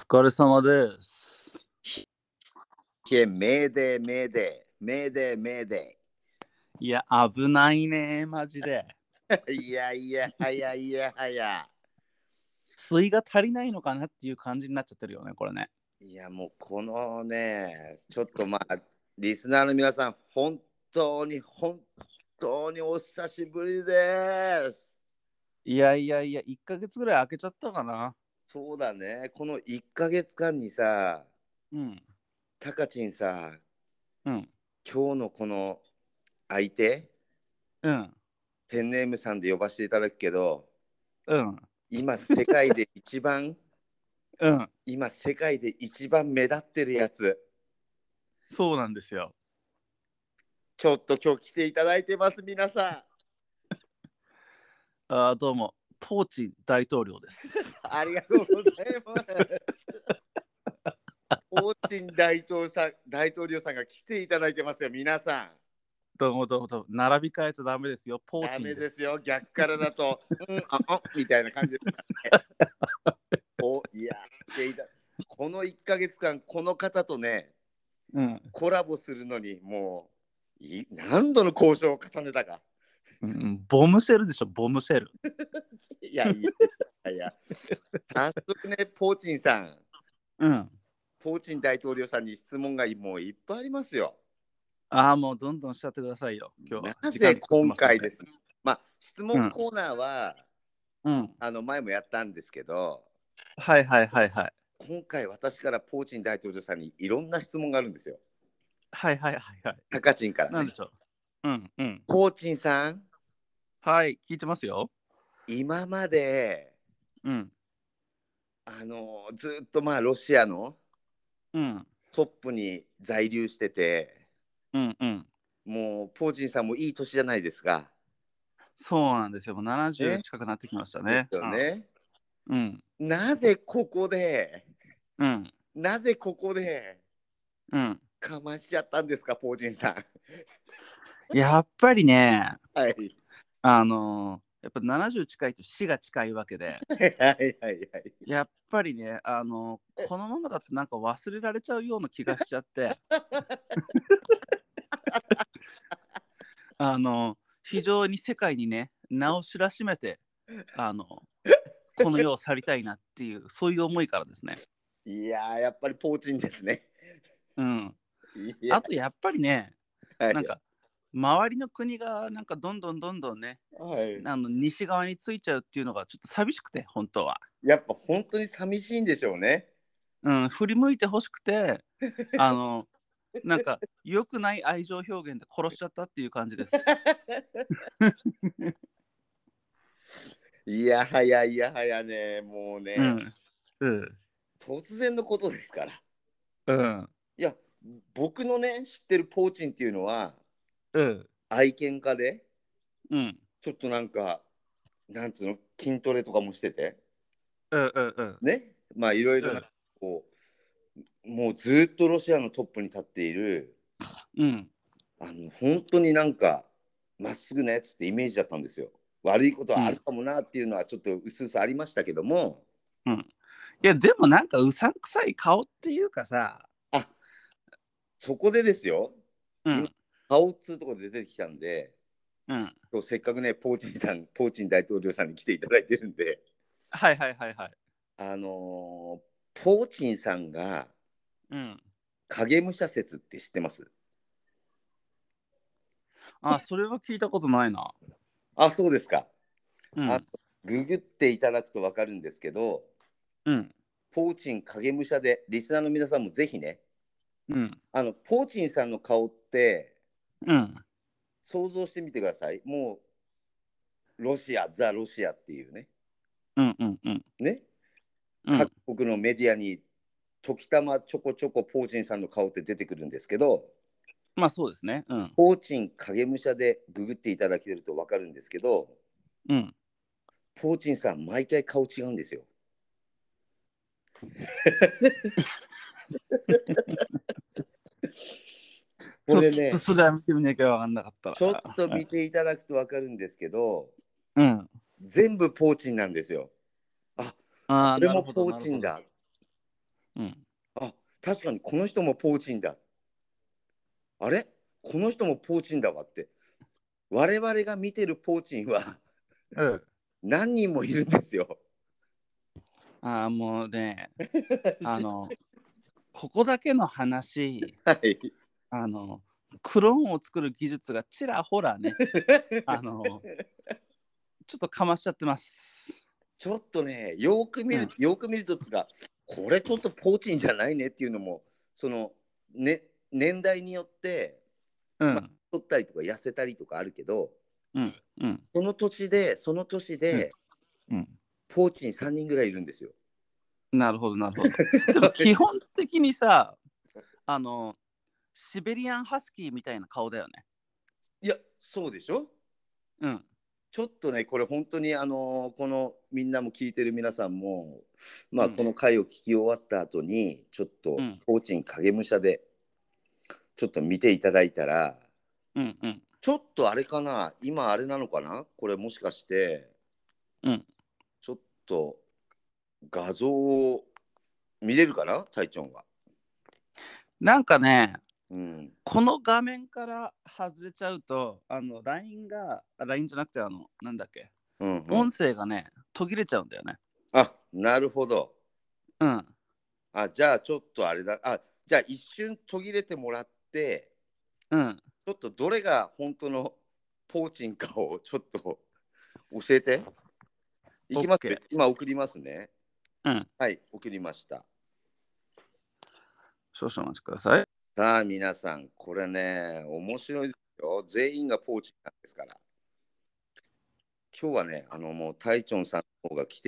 疲れ様です。 メーデーメーデーメーデーメーデいや、危ないね、マジで。 ーいやいやはやいやはや。 水が足りないのかなっていう感じになっちゃってるよね、これね。 いやもうこのね、ちょっとリスナーの皆さん、本当にお久しぶりです。 いや、1ヶ月ぐらい空けちゃったかな。 そうだね、この1ヶ月間にさ、 うん。 タカチンさ、 うん。 今日のこの相手、 うん。 ペンネームさんで呼ばせていただくけど、 うん。 今世界で一番うん。 今世界で一番目立ってるやつ、 そうなんですよ。 ちょっと今日来ていただいてます、皆さどうも、ポーチン大統領です。 ん。ありがとうございます。プーチン大統領さんが来ていただいてますよ、皆さん。 どうも、並び替えちゃダメですよ、ポーダチンです。 メですよ、逆からだと、みたいな感じですからね。いや、この1ヶ月間、この方とね、 うん。 コラボするのに、もう何度の交渉を重ねたか。 ボムシェルでしょ、ボムシェル。 いや、早速ね、ポーチンさん、 うん。 プーチン大統領さんに質問がもういっぱいありますよ。 もうどんどんしちゃってくださいよ、今日は。 なぜ今回ですね。質問コーナーは、前もやったんですけど、 はい。 今回私からプーチン大統領さんにいろんな質問があるんですよ。 はい。 タカチンからね。 なんでしょう。 プーチンさん、 はい、聞いてますよ。 今まで、 うん。 ずっとロシアのうん。 トップに在留してて、 うん。 もうプーチンさんもいい年じゃないですか。 そうなんですよ。もう70 ね。 近くなってきましたね。 ですよね。 うん。 なぜここで、 うん。 なぜここでうん。 かましちゃったんですか、ポーチンさん。 やっぱりね、 はい。 やっぱ70近いと死が近いわけで、 はい。 やっぱりね、このままだとなんか忘れられちゃうような気がしちゃって、非常に世界にね、名を知らしめて、この世を去りたいなっていう、そういう思いからですね。 いやー、やっぱりポーチンですね。 うん。 いや、 あとやっぱりね、 はい。 なんか周りの国がなんかどんどんね、 はい。 西側についちゃうっていうのがちょっと寂しくて、本当は。 やっぱ本当に寂しいんでしょうね。 振り向いてほしくて、あの、なんか良くない愛情表現で殺しちゃったっていう感じです。 いやはやね、もうね、 うん。うん。 突然のことですから。 うん。 いや、僕のね、知ってるポーチンっていうのは、 うん。 愛犬家で、 うん。 ちょっとなんか、なんつうの、筋トレとかもしてて、 うん。 ね、いろいろな、 うん。 こもうずっとロシアのトップに立っている、 うん。 本当になんか、まっすぐなやつってイメージだったんですよ。悪いことはあるうん。 かもなっていうのはちょっとうすうすありましたけども、 うん。いや、でもなんかうさんくさい顔っていうかさ、 あ、そこでですよ、今、 うん。 顔っつうところで出てきたんで、 うん。 今日せっかくね、ポーチン大統領さんに来ていただいてるんで、 はい。 ポーチンさんがうん。 影武者説って知ってます？ それは聞いたことないな。 あ、そうですか。あ、 うん。 ググっていただくと分かるんですけど、 うん。 ポーチン影武者で、リスナーの皆さんもぜひね、 うん。 ポーチンさんの顔ってうん。 想像してみてください。もうロシア、ザ・ロシアっていうね、 うん。 ね、各うん。 国のメディアに時たまちょこちょこポーチンさんの顔って出てくるんですけど、 まあそうですね。うん。 ポーチン影武者でググっていただけると分かるんですけど、 うん。 ポーチンさん毎回顔違うんですよ。これね、 それは見てみなきゃ分かんなかったちょっら。 と見ていただくと分かるんですけど、 うん。 全部ポーチンなんですよ。あ、これもポなるほど。 ーチンだ。 うん。 あ、確かにこの人もポーチンだ。あれこの人もポーチンだわって。我々が見てるポーチンはうん。 何人もいるんですよ。 ああ、もうね、ここだけの話、 はい。 クローンを作る技術がちらほらね、ちょっとかましちゃってます。 ちょっとね、よく見る、 うん。 よく見るとつが、これちょっとポーチンじゃないねっていうのも、その、ね、年代によって、まあ、 うん。 太ったりとか痩せたりとかあるけど、 うん。うん。 その年うん。 で、 うん。 ポーチン3人ぐらいいるんですよ。 なるほど、なるほど。でも基本的にさ、あの、シベリアンハスキーみたいな顔だよね。 いや、そうでしょ。 うん。 ちょっとね、これ本当にこのみんなも聞いてる皆さんも、まあ、 うん。 この回を聞き終わった後に、ちょっとうん。 ポーチン影武者でちょっと見ていただいたら、 うん。うん。 ちょっとあれかな、今あれなのかな、これもしかして、 うん。 ちょっと画像を見れるかな、タイチョンは。 なんかね、 うん。 この画面から外れちゃうと、LINE が、LINE じゃなくて、なんだっけ、 うんうん。 音声がね、途切れちゃうんだよね。 あ、なるほど。 うん。 あ、じゃあちょっとあれだ。あ、じゃあ一瞬途切れてもらって、 うん。 ちょっとどれが本当のポーチンかをちょっと教えて。いきますよ。 OK。 今送りますね。 うん。 はい、送りました。 少々お待ちください。 さあ皆さん、これね、面白いですよ。全員がポーチンなんですから。今日はね、もうタイチョンさんの方が来て